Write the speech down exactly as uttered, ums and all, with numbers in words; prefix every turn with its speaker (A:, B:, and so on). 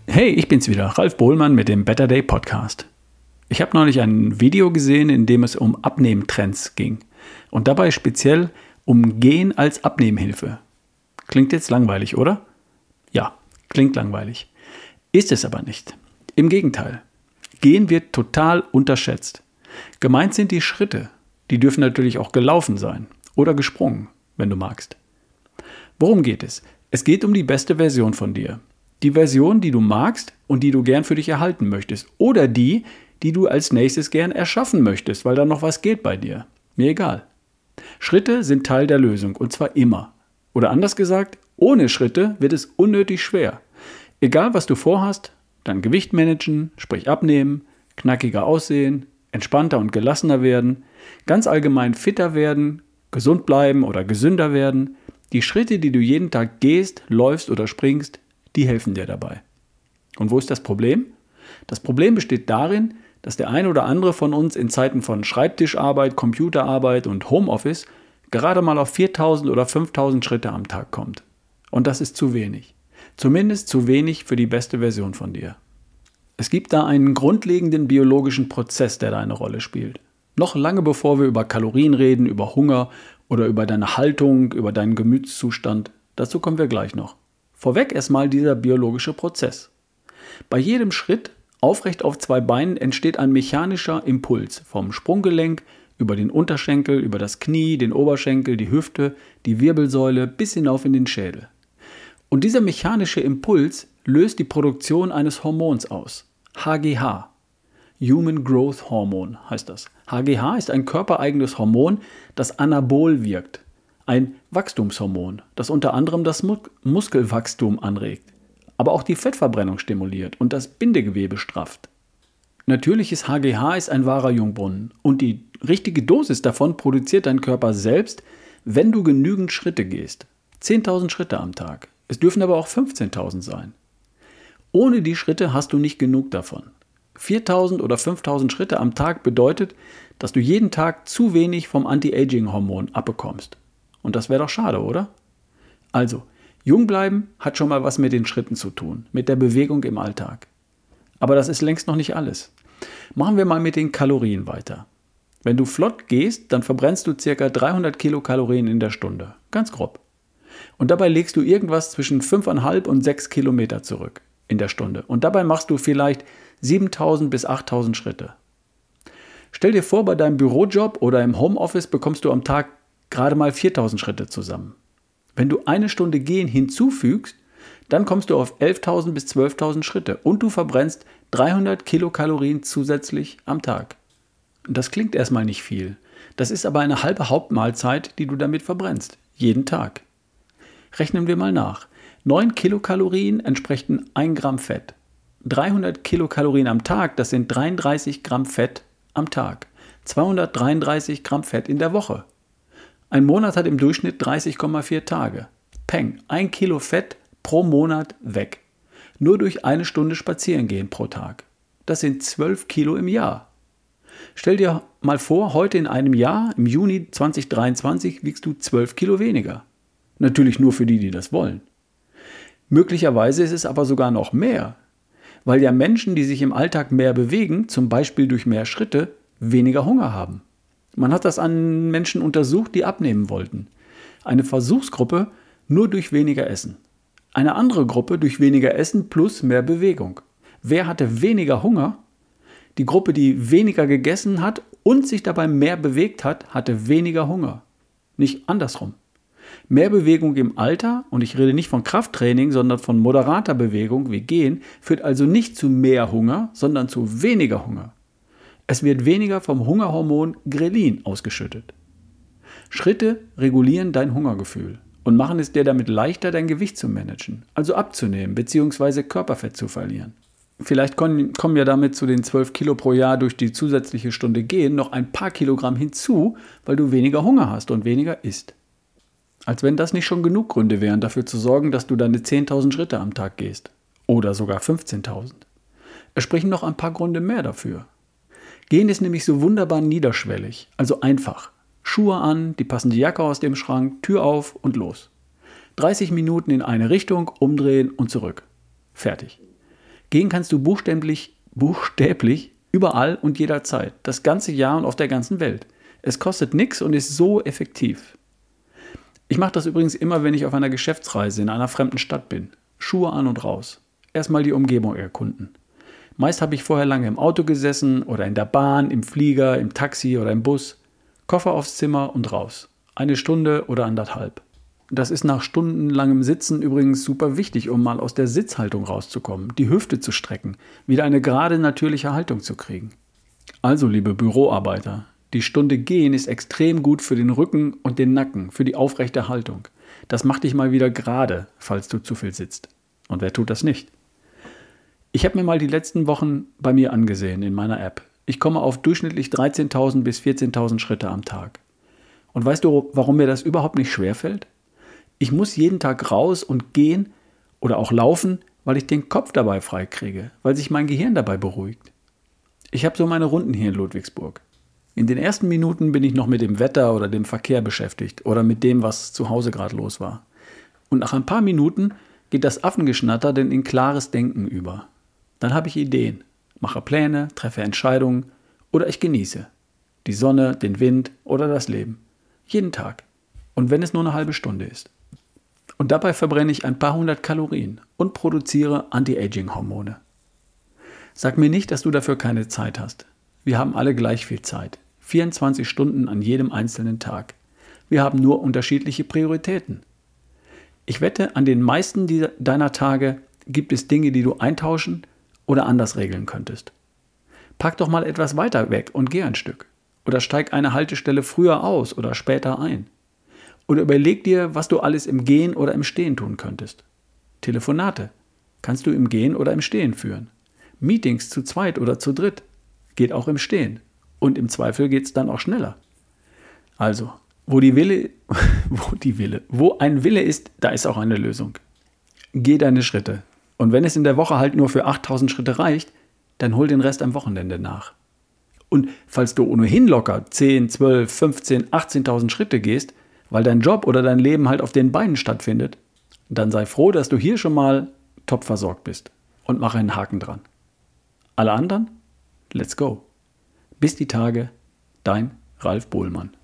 A: Hey, ich bin's wieder, Ralf Bohlmann mit dem Better Day Podcast. Ich habe neulich ein Video gesehen, in dem es um Abnehmtrends ging. Und dabei speziell um Gehen als Abnehmhilfe. Klingt jetzt langweilig, oder? Ja, klingt langweilig. Ist es aber nicht. Im Gegenteil. Gehen wird total unterschätzt. Gemeint sind die Schritte. Die dürfen natürlich auch gelaufen sein. Oder gesprungen, wenn du magst. Worum geht es? Es geht um die beste Version von dir. Die Version, die du magst und die du gern für dich erhalten möchtest. Oder die, die du als nächstes gern erschaffen möchtest, weil da noch was geht bei dir. Mir egal. Schritte sind Teil der Lösung und zwar immer. Oder anders gesagt, ohne Schritte wird es unnötig schwer. Egal was du vorhast, dein Gewicht managen, sprich abnehmen, knackiger aussehen, entspannter und gelassener werden, ganz allgemein fitter werden, gesund bleiben oder gesünder werden. Die Schritte, die du jeden Tag gehst, läufst oder springst, die helfen dir dabei. Und wo ist das Problem? Das Problem besteht darin, dass der ein oder andere von uns in Zeiten von Schreibtischarbeit, Computerarbeit und Homeoffice gerade mal auf viertausend oder fünftausend Schritte am Tag kommt. Und das ist zu wenig. Zumindest zu wenig für die beste Version von dir. Es gibt da einen grundlegenden biologischen Prozess, der da eine Rolle spielt. Noch lange bevor wir über Kalorien reden, über Hunger oder über deine Haltung, über deinen Gemütszustand. Dazu kommen wir gleich noch. Vorweg erstmal dieser biologische Prozess. Bei jedem Schritt aufrecht auf zwei Beinen entsteht ein mechanischer Impuls vom Sprunggelenk über den Unterschenkel, über das Knie, den Oberschenkel, die Hüfte, die Wirbelsäule bis hinauf in den Schädel. Und dieser mechanische Impuls löst die Produktion eines Hormons aus. H G H. Human Growth Hormone heißt das. H G H ist ein körpereigenes Hormon, das anabol wirkt. Ein Wachstumshormon, das unter anderem das Mus- Muskelwachstum anregt, aber auch die Fettverbrennung stimuliert und das Bindegewebe strafft. Natürliches H G H ist ein wahrer Jungbrunnen und die richtige Dosis davon produziert dein Körper selbst, wenn du genügend Schritte gehst. zehntausend Schritte am Tag. Es dürfen aber auch fünfzehntausend sein. Ohne die Schritte hast du nicht genug davon. viertausend oder fünftausend Schritte am Tag bedeutet, dass du jeden Tag zu wenig vom Anti-Aging-Hormon abbekommst. Und das wäre doch schade, oder? Also, jung bleiben hat schon mal was mit den Schritten zu tun, mit der Bewegung im Alltag. Aber das ist längst noch nicht alles. Machen wir mal mit den Kalorien weiter. Wenn du flott gehst, dann verbrennst du ca. dreihundert Kilokalorien in der Stunde. Ganz grob. Und dabei legst du irgendwas zwischen fünfeinhalb und sechs Kilometer zurück in der Stunde. Und dabei machst du vielleicht siebentausend bis achttausend Schritte. Stell dir vor, bei deinem Bürojob oder im Homeoffice bekommst du am Tag gerade mal viertausend Schritte zusammen. Wenn du eine Stunde Gehen hinzufügst, dann kommst du auf elftausend bis zwölftausend Schritte und du verbrennst dreihundert Kilokalorien zusätzlich am Tag. Das klingt erstmal nicht viel. Das ist aber eine halbe Hauptmahlzeit, die du damit verbrennst. Jeden Tag. Rechnen wir mal nach. neun Kilokalorien entsprechen ein Gramm Fett. dreihundert Kilokalorien am Tag, das sind dreiunddreißig Gramm Fett am Tag. zweihundertdreiunddreißig Gramm Fett in der Woche. Ein Monat hat im Durchschnitt dreißig Komma vier Tage. Peng, ein Kilo Fett pro Monat weg. Nur durch eine Stunde spazieren gehen pro Tag. Das sind zwölf Kilo im Jahr. Stell dir mal vor, heute in einem Jahr, im Juni zweitausenddreiundzwanzig, wiegst du zwölf Kilo weniger. Natürlich nur für die, die das wollen. Möglicherweise ist es aber sogar noch mehr, weil ja Menschen, die sich im Alltag mehr bewegen, zum Beispiel durch mehr Schritte, weniger Hunger haben. Man hat das an Menschen untersucht, die abnehmen wollten. Eine Versuchsgruppe nur durch weniger Essen. Eine andere Gruppe durch weniger Essen plus mehr Bewegung. Wer hatte weniger Hunger? Die Gruppe, die weniger gegessen hat und sich dabei mehr bewegt hat, hatte weniger Hunger. Nicht andersrum. Mehr Bewegung im Alter, und ich rede nicht von Krafttraining, sondern von moderater Bewegung wie Gehen, führt also nicht zu mehr Hunger, sondern zu weniger Hunger. Es wird weniger vom Hungerhormon Grelin ausgeschüttet. Schritte regulieren dein Hungergefühl und machen es dir damit leichter, dein Gewicht zu managen, also abzunehmen bzw. Körperfett zu verlieren. Vielleicht kommen ja damit zu den zwölf Kilo pro Jahr durch die zusätzliche Stunde Gehen noch ein paar Kilogramm hinzu, weil du weniger Hunger hast und weniger isst. Als wenn das nicht schon genug Gründe wären, dafür zu sorgen, dass du deine zehntausend Schritte am Tag gehst. Oder sogar fünfzehntausend. Es sprechen noch ein paar Gründe mehr dafür. Gehen ist nämlich so wunderbar niederschwellig, also einfach. Schuhe an, die passende Jacke aus dem Schrank, Tür auf und los. dreißig Minuten in eine Richtung, umdrehen und zurück. Fertig. Gehen kannst du buchstäblich, buchstäblich überall und jederzeit, das ganze Jahr und auf der ganzen Welt. Es kostet nichts und ist so effektiv. Ich mache das übrigens immer, wenn ich auf einer Geschäftsreise in einer fremden Stadt bin. Schuhe an und raus. Erstmal die Umgebung erkunden. Meist habe ich vorher lange im Auto gesessen oder in der Bahn, im Flieger, im Taxi oder im Bus. Koffer aufs Zimmer und raus. Eine Stunde oder anderthalb. Das ist nach stundenlangem Sitzen übrigens super wichtig, um mal aus der Sitzhaltung rauszukommen, die Hüfte zu strecken, wieder eine gerade natürliche Haltung zu kriegen. Also, liebe Büroarbeiter, die Stunde gehen ist extrem gut für den Rücken und den Nacken, für die aufrechte Haltung. Das macht dich mal wieder gerade, falls du zu viel sitzt. Und wer tut das nicht? Ich habe mir mal die letzten Wochen bei mir angesehen in meiner App. Ich komme auf durchschnittlich dreizehntausend bis vierzehntausend Schritte am Tag. Und weißt du, warum mir das überhaupt nicht schwerfällt? Ich muss jeden Tag raus und gehen oder auch laufen, weil ich den Kopf dabei freikriege, weil sich mein Gehirn dabei beruhigt. Ich habe so meine Runden hier in Ludwigsburg. In den ersten Minuten bin ich noch mit dem Wetter oder dem Verkehr beschäftigt oder mit dem, was zu Hause gerade los war. Und nach ein paar Minuten geht das Affengeschnatter denn in klares Denken über. Dann habe ich Ideen, mache Pläne, treffe Entscheidungen oder ich genieße die Sonne, den Wind oder das Leben. Jeden Tag. Und wenn es nur eine halbe Stunde ist. Und dabei verbrenne ich ein paar hundert Kalorien und produziere Anti-Aging-Hormone. Sag mir nicht, dass du dafür keine Zeit hast. Wir haben alle gleich viel Zeit. vierundzwanzig Stunden an jedem einzelnen Tag. Wir haben nur unterschiedliche Prioritäten. Ich wette, an den meisten dieser, deiner Tage gibt es Dinge, die du eintauschen oder anders regeln könntest. Pack doch mal etwas weiter weg und geh ein Stück. Oder steig eine Haltestelle früher aus oder später ein. Oder überleg dir, was du alles im Gehen oder im Stehen tun könntest. Telefonate kannst du im Gehen oder im Stehen führen. Meetings zu zweit oder zu dritt geht auch im Stehen. Und im Zweifel geht es dann auch schneller. Also, wo die Wille, wo die Wille, wo ein Wille ist, da ist auch eine Lösung. Geh deine Schritte. Und wenn es in der Woche halt nur für achttausend Schritte reicht, dann hol den Rest am Wochenende nach. Und falls du ohnehin locker zehn, zwölf, fünfzehn, achtzehntausend Schritte gehst, weil dein Job oder dein Leben halt auf den Beinen stattfindet, dann sei froh, dass du hier schon mal top versorgt bist und mache einen Haken dran. Alle anderen? Let's go. Bis die Tage, dein Ralf Bohlmann.